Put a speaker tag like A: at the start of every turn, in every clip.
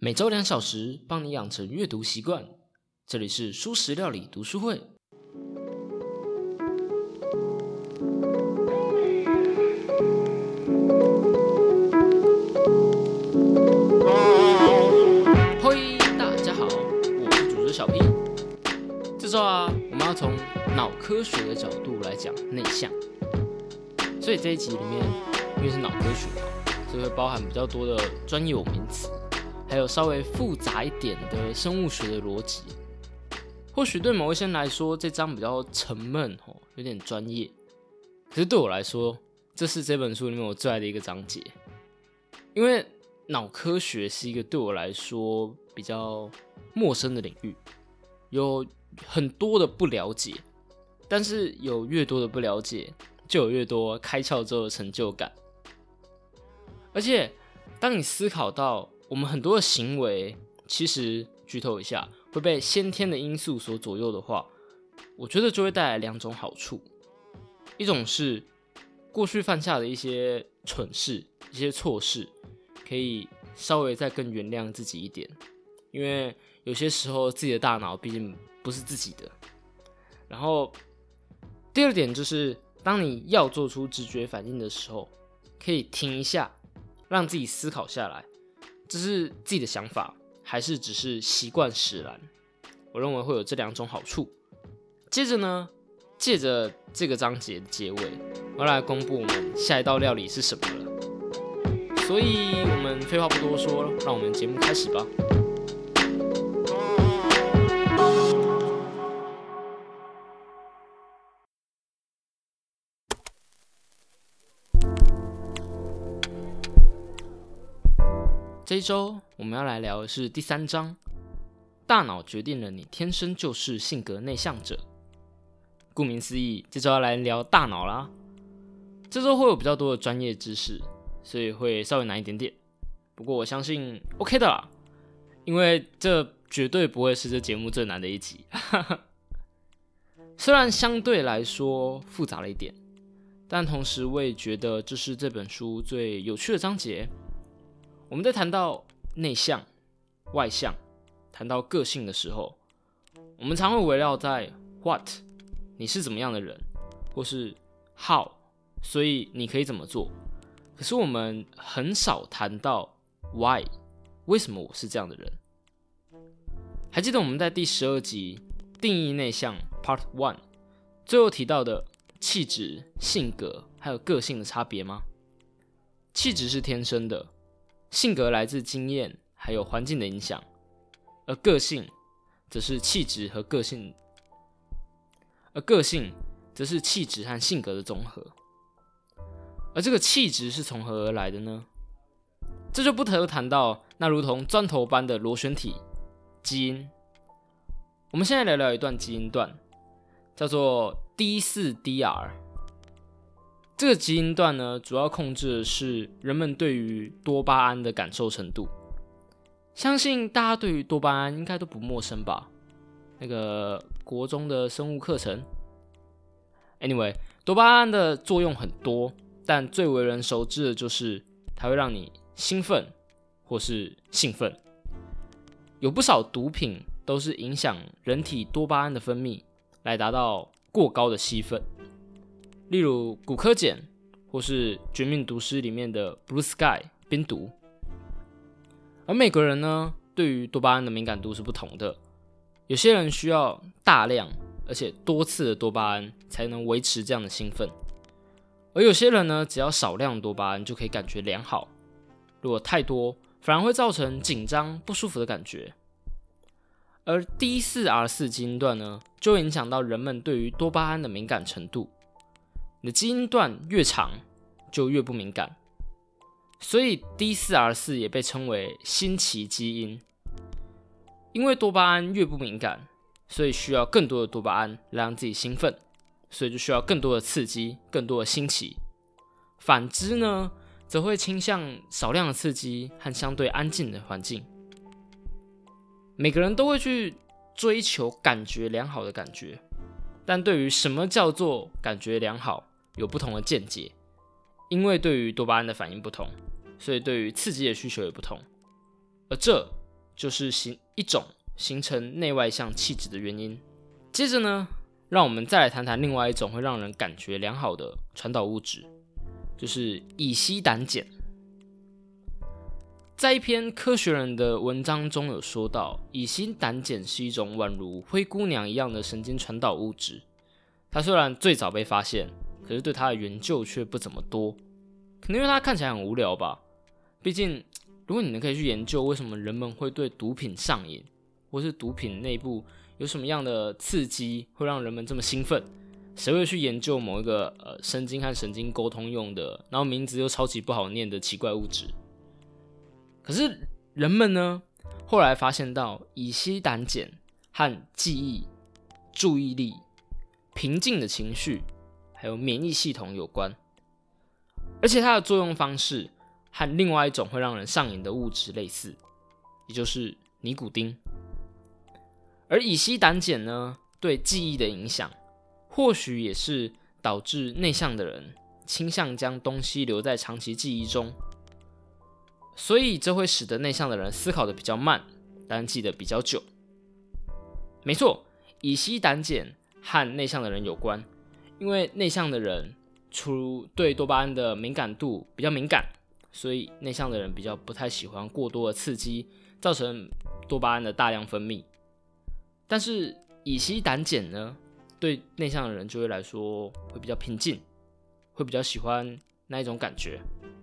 A: 每周2小时，帮你养成阅读习惯。这里是蔬食料理读书会。嘿，大家好，我是主持小 P。这周我们要从脑科学的角度来讲内向。所以这一集里面，因为是脑科学嘛，所以会包含比较多的专有名词。还有稍微复杂一点的生物学的逻辑，或许对某一些人来说，这章比较沉闷，有点专业。可是对我来说，这是这本书里面我最爱的一个章节，因为脑科学是一个对我来说比较陌生的领域，有很多的不了解，但是有越多的不了解，就有越多开窍之后的成就感。而且，当你思考到我们很多的行为，其实剧透一下，会被先天的因素所左右的话，我觉得就会带来2种好处。一种是过去犯下的一些蠢事、一些错事，可以稍微再更原谅自己一点，因为有些时候自己的大脑毕竟不是自己的。然后第二点就是，当你要做出直觉反应的时候，可以停一下，让自己思考下来。这是自己的想法，还是只是习惯使然？我认为会有这2种好处。接着呢，借着这个章节的结尾，我要来公布我们下一道料理是什么了。所以我们废话不多说，让我们节目开始吧。这一周我们要来聊的是第3章，大脑决定了你天生就是性格内向者。顾名思义，这周要来聊大脑啦。这周会有比较多的专业知识，所以会稍微难一点点。不过我相信 OK 的啦，因为这绝对不会是这节目最难的一集。虽然相对来说复杂了一点，但同时我也觉得这是这本书最有趣的章节。我们在谈到内向、外向，谈到个性的时候，我们常会围绕在 what 你是怎么样的人，或是 how 所以你可以怎么做。可是我们很少谈到 why 为什么我是这样的人。还记得我们在第12集定义内向 Part 1最后提到的气质、性格还有个性的差别吗？气质是天生的，性格来自经验还有环境的影响，而个性则是气质和个性和性格的综合。而这个气质是从何而来的呢？这就不得不谈到那如同砖头般的螺旋体基因。我们现在聊聊一段基因段，叫做 D4DR。这个基因段呢，主要控制的是人们对于多巴胺的感受程度。相信大家对于多巴胺应该都不陌生吧？那个国中的生物课程。Anyway， 多巴胺的作用很多，但最为人熟知的就是它会让你兴奋或是兴奋。有不少毒品都是影响人体多巴胺的分泌，来达到过高的兴奋。例如古柯碱，或是《绝命毒师》里面的 Blue Sky 冰毒。而每个人呢，对于多巴胺的敏感度是不同的。有些人需要大量而且多次的多巴胺才能维持这样的兴奋，而有些人呢，只要少量多巴胺就可以感觉良好。如果太多，反而会造成紧张不舒服的感觉。而 D4R4 基因段呢，就会影响到人们对于多巴胺的敏感程度。你的基因段越长，就越不敏感，所以 D4R4 也被称为新奇基因。因为多巴胺越不敏感，所以需要更多的多巴胺来让自己兴奋，所以就需要更多的刺激，更多的新奇。反之呢，则会倾向少量的刺激和相对安静的环境。每个人都会去追求感觉良好的感觉，但对于什么叫做感觉良好，有不同的见解。因为对于多巴胺的反应不同，所以对于刺激的需求也不同。而这就是一种形成内外向气质的原因。接着呢，让我们再来谈谈另外一种会让人感觉良好的传导物质，就是乙烯胆碱。在一篇科学人的文章中有说到，乙烯胆碱是一种宛如灰姑娘一样的神经传导物质。它虽然最早被发现，可是对它的研究却不怎么多，可能因为它看起来很无聊吧。毕竟，如果你们可以去研究为什么人们会对毒品上瘾，或是毒品内部有什么样的刺激会让人们这么兴奋，谁会去研究某一个神经和神经沟通用的，然后名字又超级不好念的奇怪物质？可是人们呢，后来发现到乙烯胆碱和记忆、注意力、平静的情绪，还有免疫系统有关，而且它的作用方式和另外一种会让人上瘾的物质类似，也就是尼古丁。而乙烯胆碱呢，对记忆的影响，或许也是导致内向的人倾向将东西留在长期记忆中。所以这会使得内向的人思考的比较慢，但记得比较久。没错，乙烯胆碱和内向的人有关，因为内向的人对多巴胺的敏感度比较敏感，所以内向的人比较不太喜欢过多的刺激，造成多巴胺的大量分泌。但是乙烯胆碱呢，对内向的人就会来说会比较平静，会比较喜欢那一种感觉。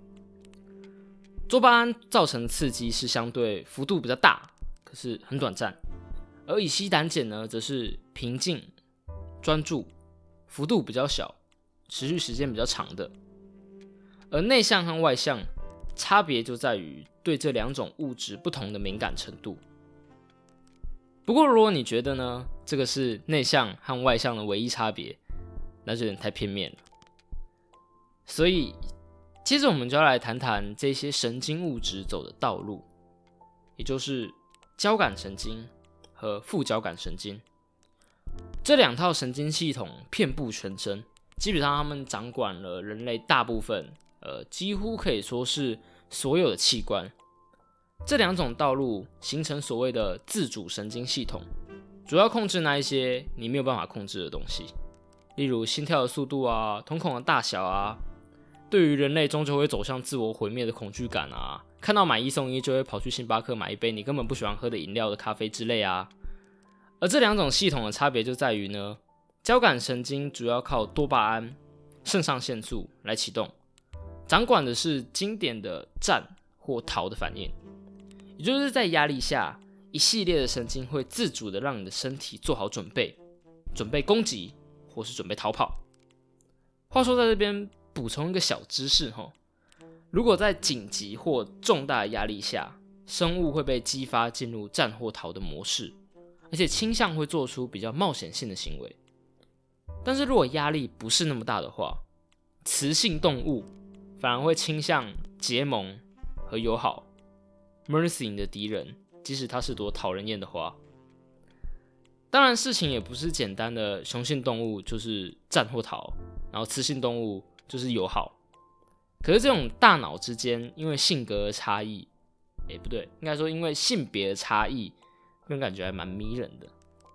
A: 多巴胺造成的刺激是相对幅度比较大，可是很短暂，而乙烯胆碱呢，则是平静、专注、幅度比较小、持续时间比较长的。而内向和外向差别就在于对这两种物质不同的敏感程度。不过如果你觉得呢，这个是内向和外向的唯一差别，那就有点太片面了。所以接着我们就要来谈谈这些神经物质走的道路，也就是交感神经和副交感神经。这两套神经系统遍布全身，基本上它们掌管了人类大部分，几乎可以说是所有的器官。这两种道路形成所谓的自主神经系统，主要控制那一些你没有办法控制的东西，例如心跳的速度啊、瞳孔的大小啊，对于人类终究会走向自我毁灭的恐惧感啊，看到买一送一就会跑去星巴克买一杯你根本不喜欢喝的饮料的咖啡之类啊。而这两种系统的差别就在于呢，交感神经主要靠多巴胺、肾上腺素来启动，掌管的是经典的战或逃的反应，也就是在压力下，一系列的神经会自主的让你的身体做好准备，准备攻击或是准备逃跑。话说在这边补充一个小知识，如果在紧急或重大的压力下，生物会被激发进入战或逃的模式，而且倾向会做出比较冒险性的行为。但是如果压力不是那么大的话，雌性动物反而会倾向结盟和友好 ，mercy 你的敌人，即使它是朵讨人厌的花。当然事情也不是简单的雄性动物就是战或逃，然后雌性动物就是友好。可是这种大脑之间因为性格的差异，不对，应该说因为性别的差异，个人感觉还蛮迷人的。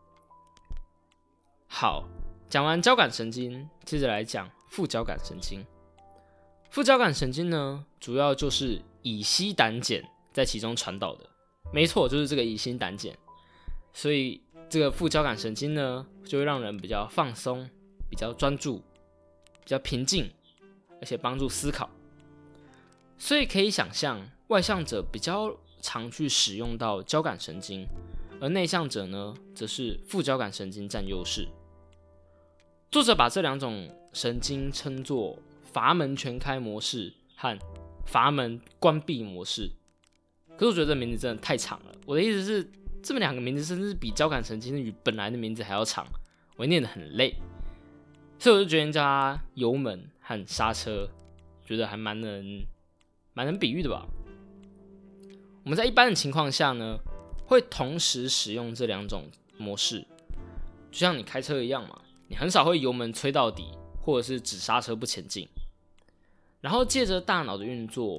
A: 好，讲完交感神经，接着来讲副交感神经。副交感神经呢，主要就是乙烯胆碱在其中传导的，没错，就是这个乙烯胆碱。所以这个副交感神经呢，就会让人比较放松、比较专注、比较平静，而且帮助思考。所以可以想象，外向者比较常去使用到交感神经，而内向者呢，则是副交感神经占优势。作者把这两种神经称作阀门全开模式和阀门关闭模式。可是我觉得这名字真的太长了，我的意思是，这么两个名字甚至比交感神经与本来的名字还要长，我念得很累，所以我就决定叫它油门和刹车，觉得还蛮能比喻的吧。我们在一般的情况下呢，会同时使用这两种模式，就像你开车一样嘛，你很少会油门催到底，或者是只刹车不前进。然后借着大脑的运作，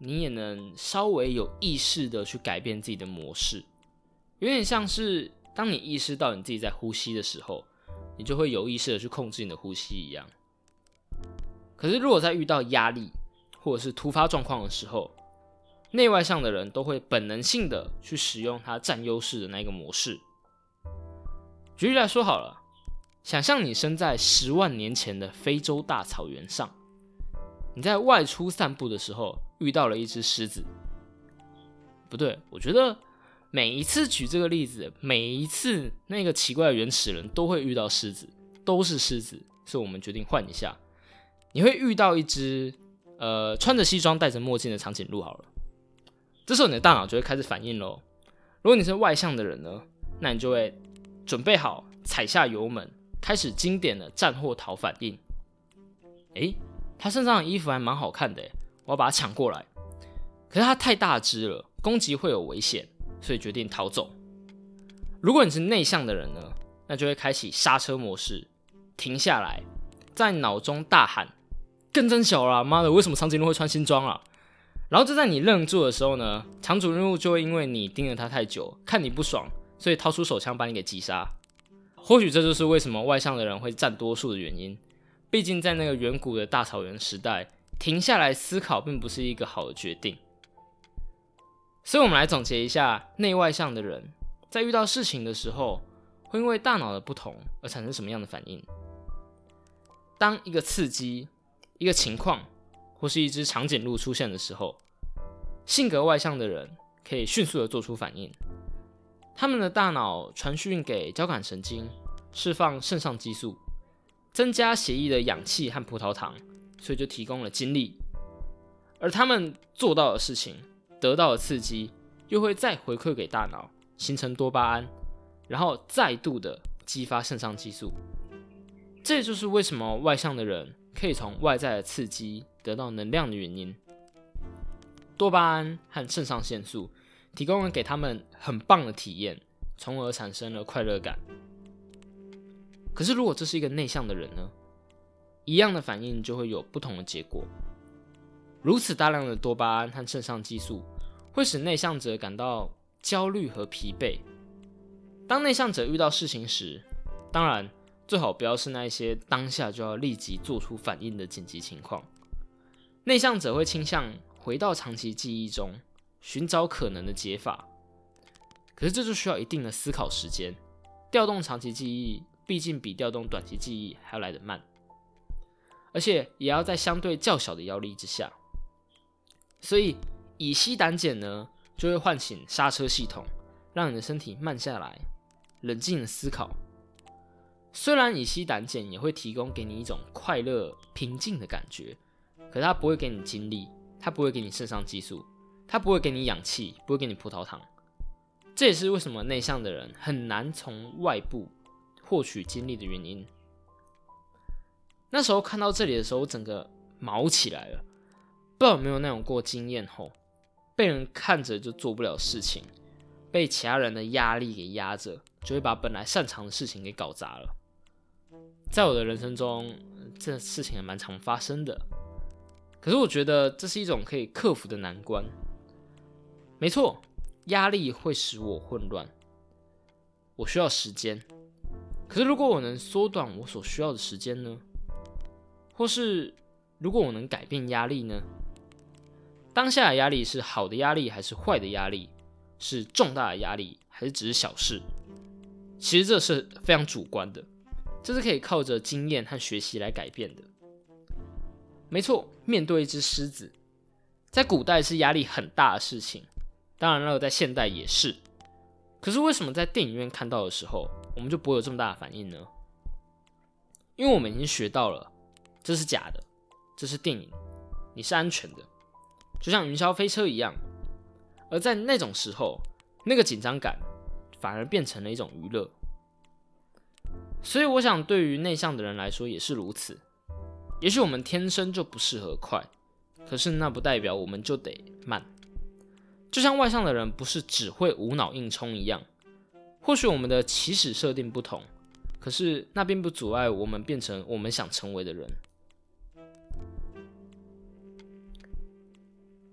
A: 你也能稍微有意识的去改变自己的模式，有点像是当你意识到你自己在呼吸的时候，你就会有意识的去控制你的呼吸一样。可是如果在遇到压力或者是突发状况的时候，内外向的人都会本能性的去使用他占优势的那个模式。举例来说好了，想象你身在10万年前的非洲大草原上，你在外出散步的时候遇到了一只狮子。不对，我觉得每一次举这个例子，每一次那个奇怪的原始人都会遇到狮子，都是狮子，所以我们决定换一下。你会遇到一只穿着西装戴着墨镜的长颈鹿好了，这时候你的大脑就会开始反应咯。如果你是外向的人呢，那你就会准备好踩下油门，开始经典的战或逃反应。他身上的衣服还蛮好看的，我要把它抢过来。可是他太大只了，攻击会有危险，所以决定逃走。如果你是内向的人呢，那就会开启刹车模式，停下来，在脑中大喊更真小啦，妈的，为什么长颈鹿会穿新装啊？然后就在你愣住的时候呢，长颈鹿就会因为你盯了它太久，看你不爽，所以掏出手枪把你给击杀。或许这就是为什么外向的人会占多数的原因。毕竟在那个远古的大草原时代，停下来思考并不是一个好的决定。所以我们来总结一下，内外向的人在遇到事情的时候，会因为大脑的不同而产生什么样的反应。当一个刺激、一个情况或是一只长颈鹿出现的时候，性格外向的人可以迅速的做出反应。他们的大脑传讯给交感神经，释放肾上激素，增加血液的氧气和葡萄糖，所以就提供了精力。而他们做到的事情，得到的刺激，又会再回馈给大脑，形成多巴胺，然后再度的激发肾上激素。这也就是为什么外向的人可以从外在的刺激得到能量的原因。多巴胺和肾上腺素提供了给他们很棒的体验，从而产生了快乐感。可是如果这是一个内向的人呢？一样的反应就会有不同的结果。如此大量的多巴胺和肾上激素会使内向者感到焦虑和疲惫。当内向者遇到事情时，当然最好不要是那一些当下就要立即做出反应的紧急情况。内向者会倾向回到长期记忆中，寻找可能的解法。可是这就需要一定的思考时间，调动长期记忆毕竟比调动短期记忆还要来得慢，而且也要在相对较小的压力之下。所以乙烯胆碱呢，就会唤醒刹车系统，让你的身体慢下来，冷静的思考。虽然乙烯胆碱也会提供给你一种快乐平静的感觉，可是它不会给你精力，它不会给你肾上激素，它不会给你氧气，不会给你葡萄糖。这也是为什么内向的人很难从外部获取精力的原因。那时候看到这里的时候，我整个毛起来了。不知道有没有那种过经验后，被人看着就做不了事情，被其他人的压力给压着，就会把本来擅长的事情给搞砸了。在我的人生中，这事情还蛮常发生的。可是我觉得这是一种可以克服的难关。没错，压力会使我混乱，我需要时间。可是如果我能缩短我所需要的时间呢？或是如果我能改变压力呢？当下的压力是好的压力还是坏的压力？是重大的压力还是只是小事？其实这是非常主观的，这是可以靠着经验和学习来改变的。没错，面对一只狮子，在古代是压力很大的事情，当然了，在现代也是。可是为什么在电影院看到的时候，我们就不会有这么大的反应呢？因为我们已经学到了，这是假的，这是电影，你是安全的，就像云霄飞车一样。而在那种时候，那个紧张感反而变成了一种娱乐。所以我想对于内向的人来说也是如此。也许我们天生就不适合快，可是那不代表我们就得慢。就像外向的人不是只会无脑硬冲一样，或许我们的起始设定不同，可是那并不阻碍我们变成我们想成为的人。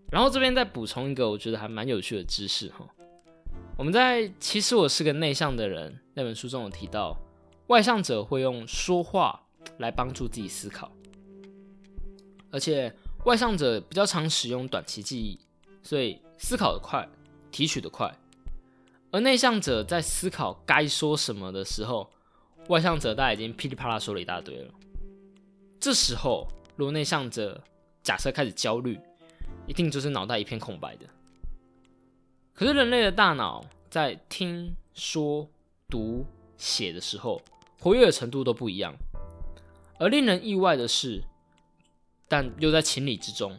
A: 然后这边再补充一个我觉得还蛮有趣的知识哈。我们在《其实我是个内向的人》那本书中有提到，外向者会用说话来帮助自己思考，而且外向者比较常使用短期记忆，所以思考得快，提取得快。而内向者在思考该说什么的时候，外向者大概已经噼里啪啦说了一大堆了。这时候，如果内向者假设开始焦虑，一定就是脑袋一片空白的。可是人类的大脑在听、说、读、写的时候，活跃的程度都不一样。而令人意外的是，但又在情理之中。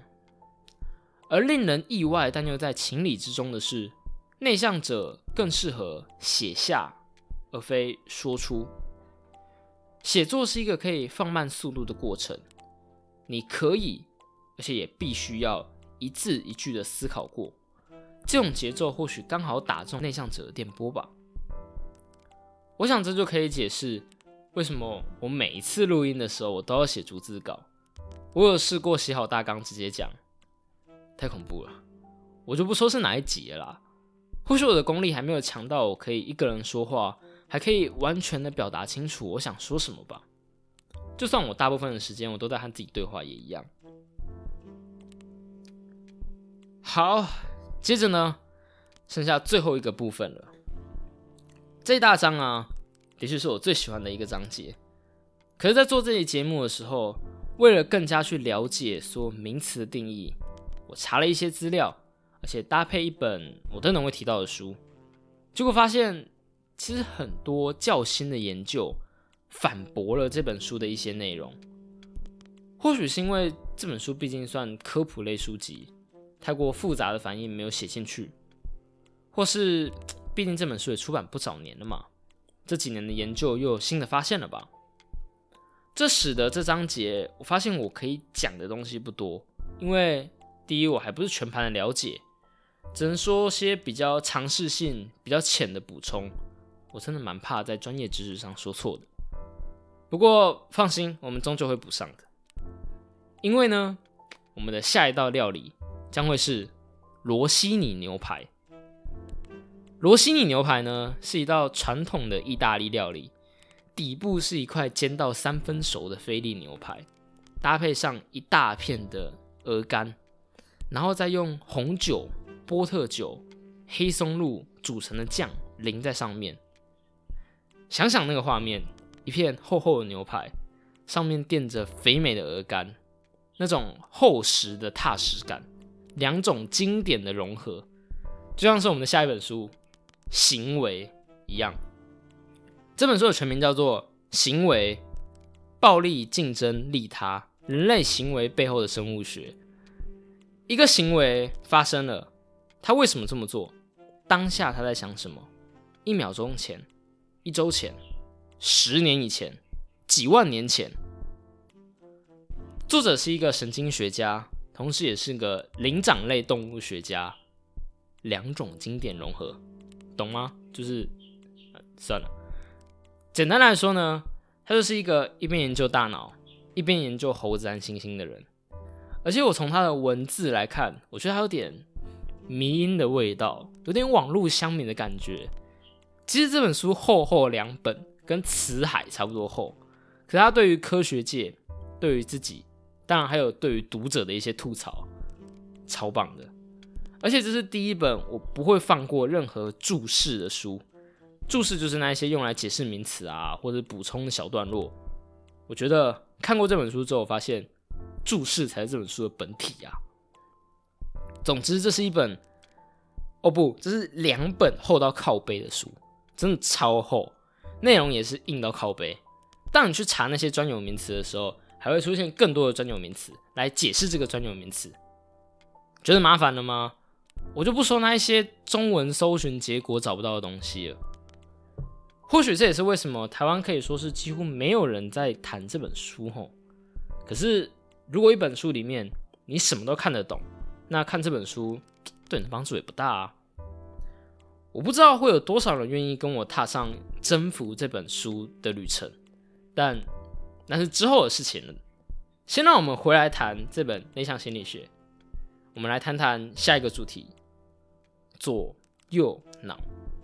A: 的是，内向者更适合写下，而非说出。写作是一个可以放慢速度的过程，你可以，而且也必须要一字一句的思考过。这种节奏或许刚好打中内向者的电波吧。我想这就可以解释为什么我每一次录音的时候我都要写逐字稿。我有试过写好大纲直接讲，太恐怖了，我就不说是哪一集了啦。或许我的功力还没有强到我可以一个人说话，还可以完全的表达清楚我想说什么吧。就算我大部分的时间我都在和自己对话也一样。好，接着呢，剩下最后一个部分了。这一大章啊，的确是我最喜欢的一个章节。可是在做这期节目的时候，为了更加去了解所有名词的定义，我查了一些资料，而且搭配一本我等等会提到的书，结果发现其实很多较新的研究反驳了这本书的一些内容。或许是因为这本书毕竟算科普类书籍，太过复杂的反应没有写进去，或是毕竟这本书也出版不少年了嘛，这几年的研究又有新的发现了吧。这使得这章节我发现我可以讲的东西不多，因为第一我还不是全盘的了解，只能说些比较常识性比较浅的补充，我真的蛮怕在专业知识上说错的。不过放心，我们终究会补上的。因为呢，我们的下一道料理将会是罗西尼牛排。罗西尼牛排呢，是一道传统的意大利料理，底部是一块煎到3分熟的菲力牛排，搭配上一大片的鹅肝，然后再用红酒、波特酒、黑松露组成的酱淋在上面。想想那个画面，一片厚厚的牛排，上面垫着肥美的鹅肝，那种厚实的踏实感，两种经典的融合，就像是我们的下一本书《行为》一样。这本书的全名叫做《行为：暴力、竞争、利他：人类行为背后的生物学》。一个行为发生了，他为什么这么做？当下他在想什么？1秒钟前、1周前、10年以前、几万年前。作者是一个神经学家，同时也是个灵长类动物学家，两种经典融合，懂吗？就是算了。简单来说呢，他就是一个一边研究大脑，一边研究猴子和猩猩的人。而且我从他的文字来看，我觉得他有点迷因的味道，有点网络乡民的感觉。其实这本书厚厚2本，跟辞海差不多厚，可是他对于科学界、对于自己，当然还有对于读者的一些吐槽，超棒的。而且这是第一本我不会放过任何注释的书。注释就是那些用来解释名词啊，或者补充的小段落。我觉得看过这本书之后，我发现注释才是这本书的本体啊。总之，这是一本这是2本厚到靠背的书，真的超厚，内容也是硬到靠背。当你去查那些专有名词的时候，还会出现更多的专有名词来解释这个专有名词。觉得麻烦了吗？我就不说那一些中文搜寻结果找不到的东西了。或许这也是为什么台湾可以说是几乎没有人在谈这本书吼。可是如果一本书里面你什么都看得懂，那看这本书对你的帮助也不大啊。我不知道会有多少人愿意跟我踏上征服这本书的旅程，但那是之后的事情了。先让我们回来谈这本内向心理学。我我们来谈谈下一个主题：左右脑。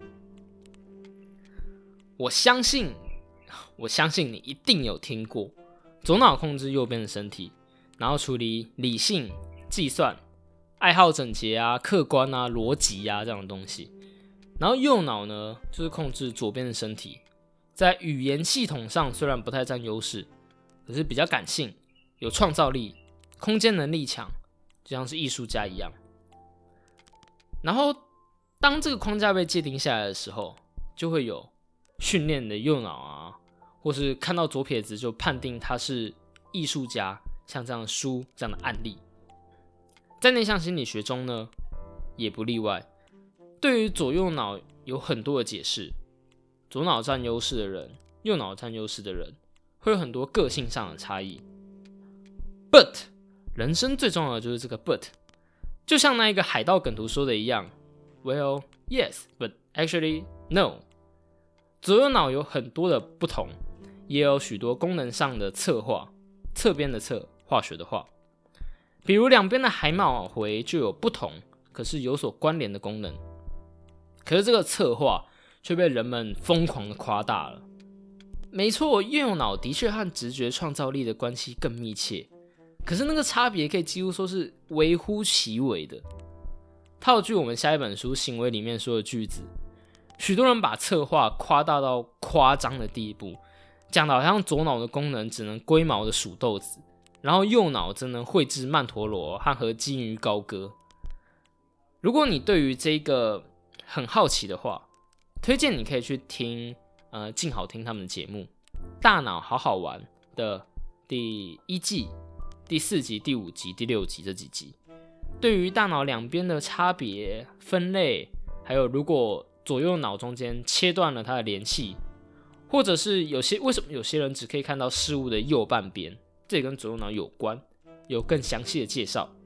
A: 我相信你一定有听过，左脑控制右边的身体，然后处理理性、计算、爱好整洁啊、客观啊、逻辑啊这样的东西。然后右脑呢，就是控制左边的身体，在语言系统上虽然不太占优势，可是比较感性，有创造力，空间能力强，就像是艺术家一样。然后当这个框架被界定下来的时候，就会有训练的右脑啊，或是看到左撇子就判定他是艺术家，像这样的书这样的案例。在内向心理学中呢，也不例外。对于左右脑有很多的解释，左脑占优势的人，右脑占优势的人，会有很多个性上的差异。But 人生最重要的就是这个 but， 就像那一个海盗梗图说的一样 ，Well, yes, but actually no。左右脑有很多的不同，也有许多功能上的侧化，侧边的侧，化学的化。比如两边的海马回就有不同，可是有所关联的功能。可是这个侧化却被人们疯狂的夸大了。没错，右脑的确和直觉创造力的关系更密切，可是那个差别可以几乎说是微乎其微的。套句我们下一本书《行为》里面说的句子，许多人把侧化夸大到夸张的地步，讲的好像左脑的功能只能龟毛的数豆子，然后右脑则能绘制曼陀罗和和金鱼高歌。如果你对于这个很好奇的话，推荐你可以去听静好听他们的节目《大脑好好玩》的第1季、第4集、第5集、第6集这几集。对于大脑两边的差别、分类，还有如果左右脑中间切断了它的联系，或者是为什么有些人只可以看到事物的右半边，这也跟左右脑有关，有更详细的介绍。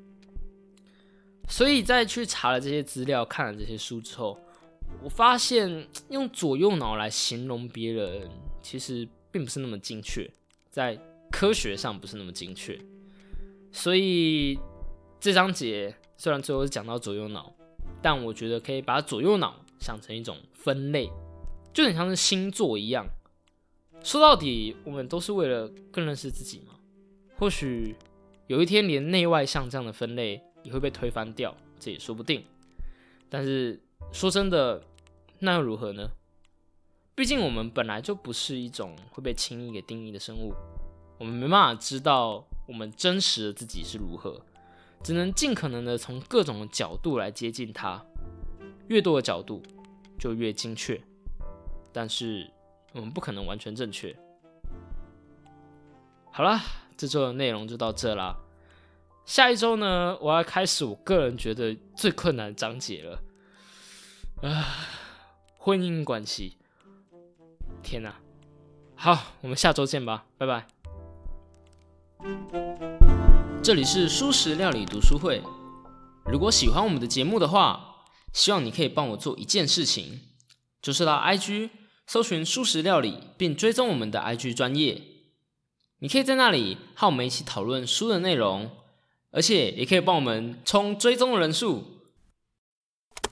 A: 所以在去查了这些资料，看了这些书之后，我发现用左右脑来形容别人，其实并不是那么精确，在科学上不是那么精确。所以这章节虽然最后是讲到左右脑，但我觉得可以把左右脑想成一种分类，就很像是星座一样。说到底，我们都是为了更认识自己嘛。或许有一天连内外向这样的分类也会被推翻掉，这也说不定。但是说真的，那又如何呢？毕竟我们本来就不是一种会被轻易给定义的生物，我们没办法知道我们真实的自己是如何，只能尽可能的从各种的角度来接近它。越多的角度就越精确，但是我们不可能完全正确。好啦，这周的内容就到这啦。下一周呢，我要开始我个人觉得最困难的章节了。婚姻关系。天哪！好，我们下周见吧，拜拜。这里是蔬食料理读书会。如果喜欢我们的节目的话，希望你可以帮我做一件事情，就是到 IG 搜寻蔬食料理，并追踪我们的 IG 专页。你可以在那里和我们一起讨论书的内容，而且也可以帮我们冲追踪的人数。